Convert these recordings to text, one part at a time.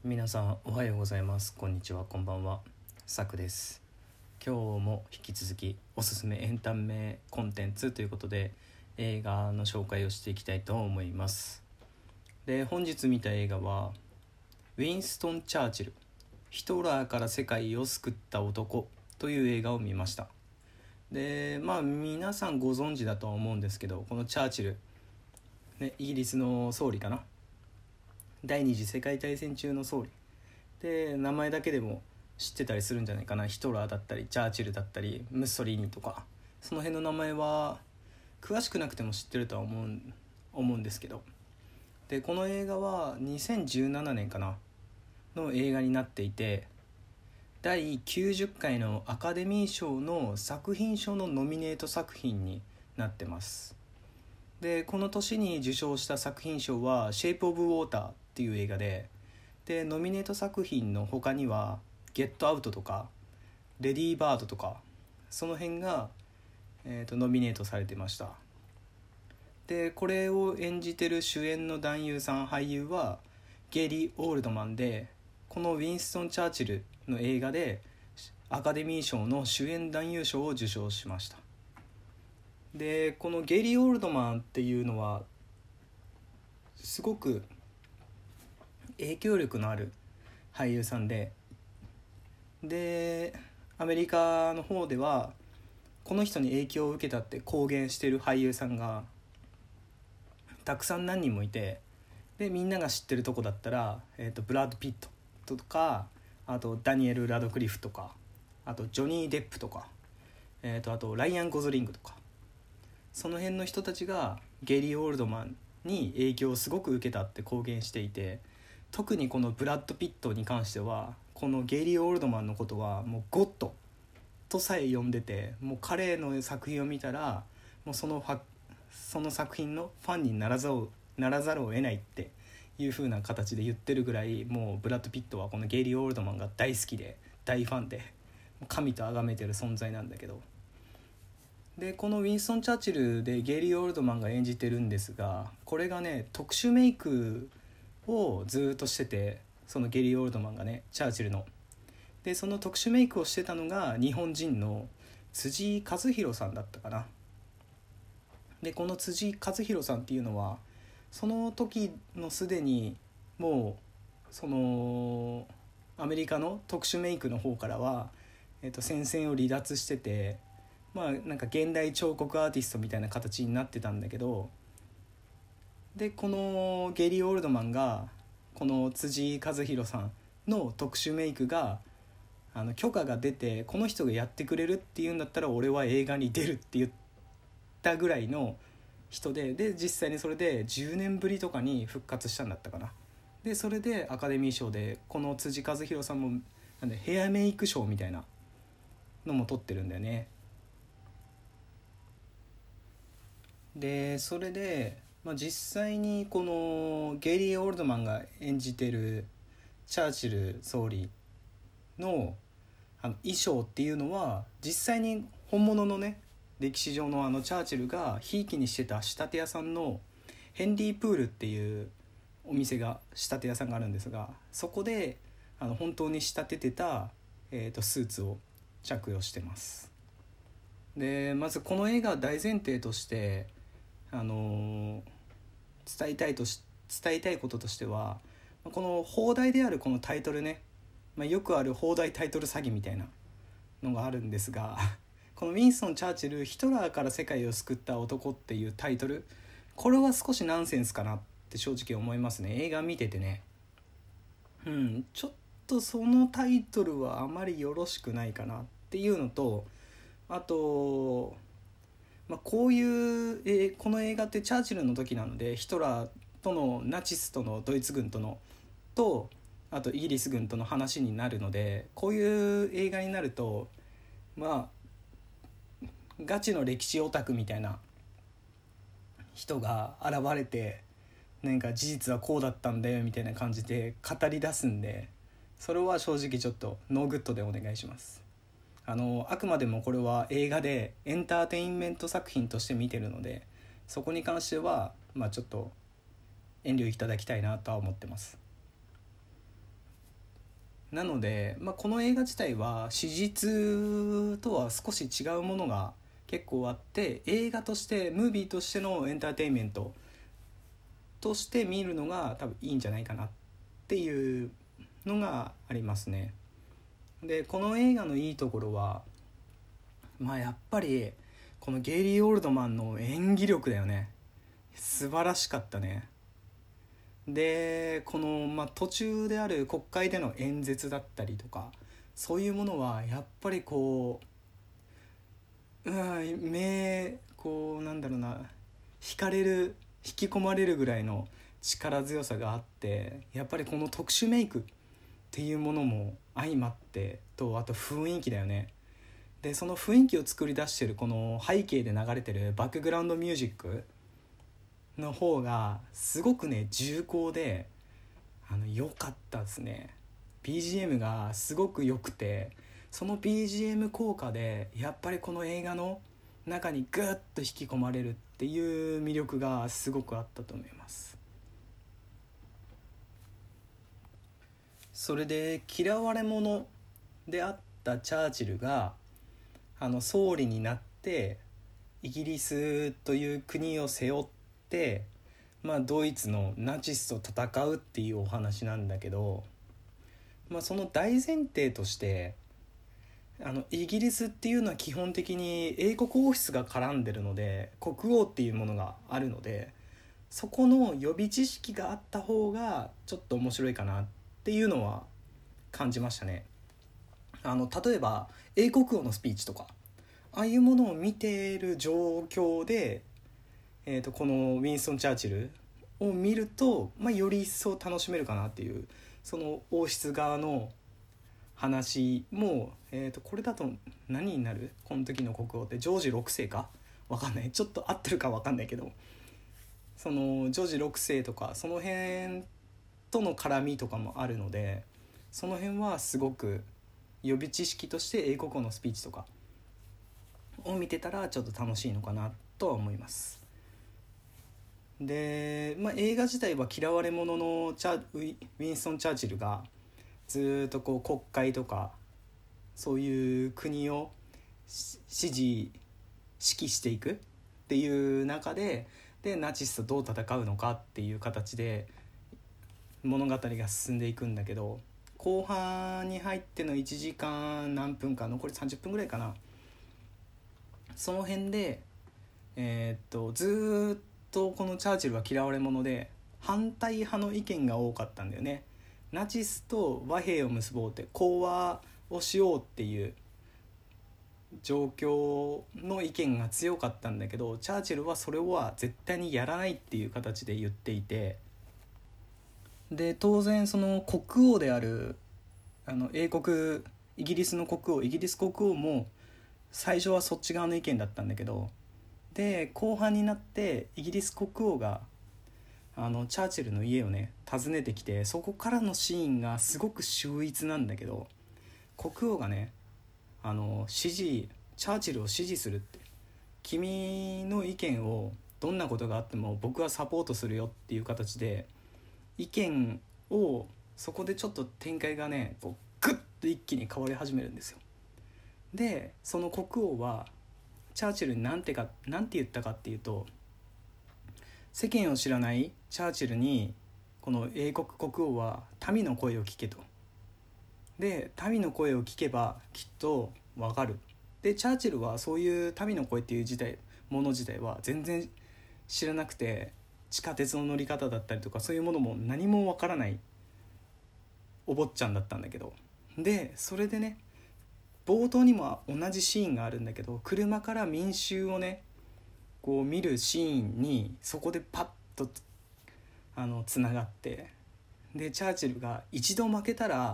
皆さんおはようございます。こんにちは、こんばんは。さくです。今日も引き続きおすすめエンタメコンテンツということで映画の紹介をしていきたいと思います。で、本日見た映画はウィンストン・チャーチル、ヒトラーから世界を救った男という映画を見ました。で、皆さんご存知だとは思うんですけど、このチャーチル、ね、イギリスの総理かな、第二次世界大戦中の総理で、名前だけでも知ってたりするんじゃないかな。ヒトラーだったりチャーチルだったりムッソリーニとか、その辺の名前は詳しくなくても知ってるとは思うんですけど、でこの映画は2017年かなの映画になっていて、第90回のアカデミー賞の作品賞のノミネート作品になってます。でこの年に受賞した作品賞はシェイプオブウォーターっていう映画で、ノミネート作品の他にはゲットアウトとかレディーバードとか、その辺が、ノミネートされてました。でこれを演じてる主演の男優さん、俳優はゲイリー・オールドマンで、このウィンストン・チャーチルの映画でアカデミー賞の主演男優賞を受賞しました。でこのゲイリー・オールドマンっていうのはすごく影響力のある俳優さんで、アメリカの方ではこの人に影響を受けたって公言している俳優さんがたくさん何人もいて、でみんなが知ってるとこだったら、ブラッド・ピットとか、あとダニエル・ラドクリフとか、あとジョニー・デップとか、あとライアン・ゴズリングとか、その辺の人たちがゲイリー・オールドマンに影響をすごく受けたって公言していて、特にこのブラッド・ピットに関してはこのゲイリー・オールドマンのことはもうゴッドとさえ呼んでて、もう彼の作品を見たらもうその作品のファンにならざるを得ないっていう風な形で言ってるぐらい、もうブラッド・ピットはこのゲイリー・オールドマンが大好きで大ファンで神と崇めてる存在なんだけど、でこのウィンストン・チャーチルでゲイリー・オールドマンが演じてるんですが、これがね特殊メイクをずっとしてて、そのゲイリー・オールドマンがね、チャーチルのでその特殊メイクをしてたのが日本人の辻和弘さんだったかな。でこの辻和弘さんっていうのはその時のすでにもうそのアメリカの特殊メイクの方からは、戦線を離脱してて、なんか現代彫刻アーティストみたいな形になってたんだけど、でこのゲイリー・オールドマンがこの辻和弘さんの特殊メイクが許可が出て、この人がやってくれるっていうんだったら俺は映画に出るって言ったぐらいの人で、実際にそれで10年ぶりとかに復活したんだったかな。でそれでアカデミー賞でこの辻和弘さんもなんでヘアメイク賞みたいなのも取ってるんだよね。でそれで、実際にこのゲイリー・オールドマンが演じてるチャーチル総理の衣装っていうのは実際に本物のね、歴史上のチャーチルがひいきにしてた仕立て屋さんのヘンリー・プールっていうお店が仕立て屋さんがあるんですが、そこで本当に仕立ててた、スーツを着用してます。でまずこの映画大前提として伝えたいこととしては、この放題であるこのタイトルね、よくある放題タイトル詐欺みたいなのがあるんですがこのウィンストン・チャーチル、ヒトラーから世界を救った男っていうタイトル、これは少しナンセンスかなって正直思いますね。映画見ててね、ちょっとそのタイトルはあまりよろしくないかなっていうのと、あとこういう、この映画ってチャーチルの時なので、ヒトラーとのナチスとのドイツ軍とあとイギリス軍との話になるので、こういう映画になるとガチの歴史オタクみたいな人が現れて、なんか事実はこうだったんだよみたいな感じで語り出すんで、それは正直ちょっとノーグッドでお願いします。あくまでもこれは映画でエンターテインメント作品として見てるので、そこに関してはちょっと遠慮いただきたいなとは思ってます。 なので、この映画自体は史実とは少し違うものが結構あって、映画としてムービーとしてのエンターテインメントとして見るのが多分いいんじゃないかなっていうのがありますね。でこの映画のいいところは、やっぱりこのゲイリー・オールドマンの演技力だよね。素晴らしかったね。でこの、途中である国会での演説だったりとか、そういうものはやっぱりこう、なんだろうな、引き込まれるぐらいの力強さがあって、やっぱりこの特殊メイクっていうものも相まってと、あと雰囲気だよね。でその雰囲気を作り出してるこの背景で流れてるバックグラウンドミュージックの方がすごくね重厚で良かったですね。 BGM がすごく良くて、その BGM 効果でやっぱりこの映画の中にグッと引き込まれるっていう魅力がすごくあったと思います。それで嫌われ者であったチャーチルが総理になってイギリスという国を背負って、ドイツのナチスと戦うっていうお話なんだけど、その大前提としてイギリスっていうのは基本的に英国王室が絡んでるので、国王っていうものがあるので、そこの予備知識があった方がちょっと面白いかなっていうのは感じましたね。例えば英国王のスピーチとか、ああいうものを見ている状況で、このウィンストン・チャーチルを見ると、より一層楽しめるかなっていう、その王室側の話も、これだと何になる？この時の国王ってジョージ6世か分かんない、ちょっと合ってるか分かんないけど、そのジョージ6世とかその辺との絡みとかもあるので、その辺はすごく予備知識として英国王のスピーチとかを見てたらちょっと楽しいのかなとは思います。で、映画自体は嫌われ者のウィンストン・チャーチルがずっとこう国会とかそういう国を指揮していくっていう中で、ナチスとどう戦うのかっていう形で物語が進んでいくんだけど、後半に入っての1時間何分か、残り30分ぐらいかな、その辺でずっとこのチャーチルは嫌われ者で反対派の意見が多かったんだよね。ナチスと和平を結ぼうって、講和をしようっていう状況の意見が強かったんだけど、チャーチルはそれは絶対にやらないっていう形で言っていて、で当然その国王であるイギリスの国王、イギリス国王も最初はそっち側の意見だったんだけど、で後半になってイギリス国王がチャーチルの家をね訪ねてきて、そこからのシーンがすごく秀逸なんだけど、国王がねチャーチルを支持するって、君の意見をどんなことがあっても僕はサポートするよっていう形で意見を、そこでちょっと展開がねこうグッと一気に変わり始めるんですよ。でその国王はチャーチルになんて言ったかっていうと、世間を知らないチャーチルにこの英国国王は民の声を聞けと。で民の声を聞けばきっと分かる。でチャーチルはそういう民の声っていうもの自体は全然知らなくて、地下鉄の乗り方だったりとかそういうものも何も分からないお坊ちゃんだったんだけど、でそれでね冒頭にも同じシーンがあるんだけど、車から民衆をねこう見るシーンにそこでパッとつながって、でチャーチルが一度負けたら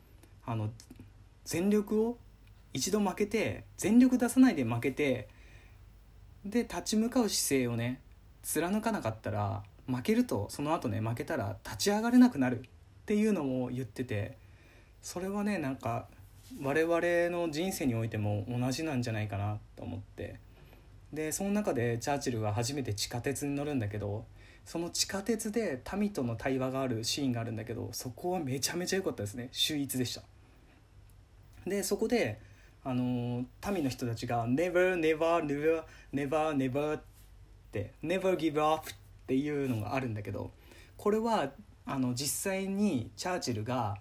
全力を一度負けて全力出さないで負けて、で立ち向かう姿勢をね貫かなかったら負けると、その後ね負けたら立ち上がれなくなるっていうのを言ってて、それはねなんか我々の人生においても同じなんじゃないかなと思って、でその中でチャーチルが初めて地下鉄に乗るんだけど、 その地下鉄で民との対話があるシーンがあるんだけど、そこはめちゃめちゃ良かったですね。秀逸でした。でそこで民の人たちが Never never never never never って Never give up っていうのがあるんだけど、これは実際にチャーチルが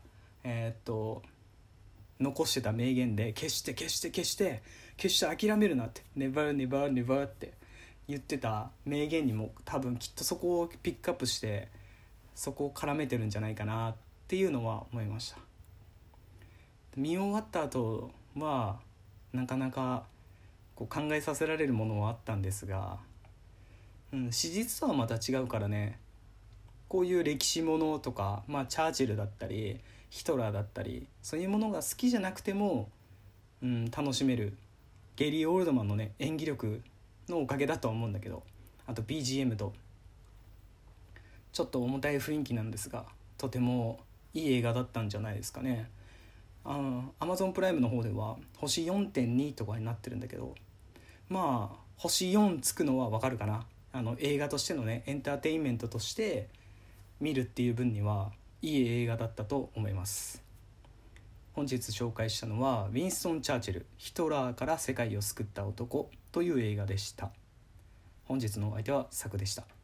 残してた名言で、決して諦めるなって Never never never って言ってた名言にも多分きっとそこをピックアップしてそこを絡めてるんじゃないかなっていうのは思いました。見終わった後はなかなかこう考えさせられるものはあったんですが、史実とはまた違うからね、こういう歴史ものとか、チャーチルだったりヒトラーだったりそういうものが好きじゃなくても、楽しめるゲリー・オールドマンのね演技力のおかげだと思うんだけど、あと BGM とちょっと重たい雰囲気なんですが、とてもいい映画だったんじゃないですかね。Amazon プライムの方では星 4.2 とかになってるんだけど、星4つくのはわかるかな。映画としてのねエンターテインメントとして見るっていう分にはいい映画だったと思います。本日紹介したのはウィンストン・チャーチル、ヒトラーから世界を救った男という映画でした。本日のお相手はサクでした。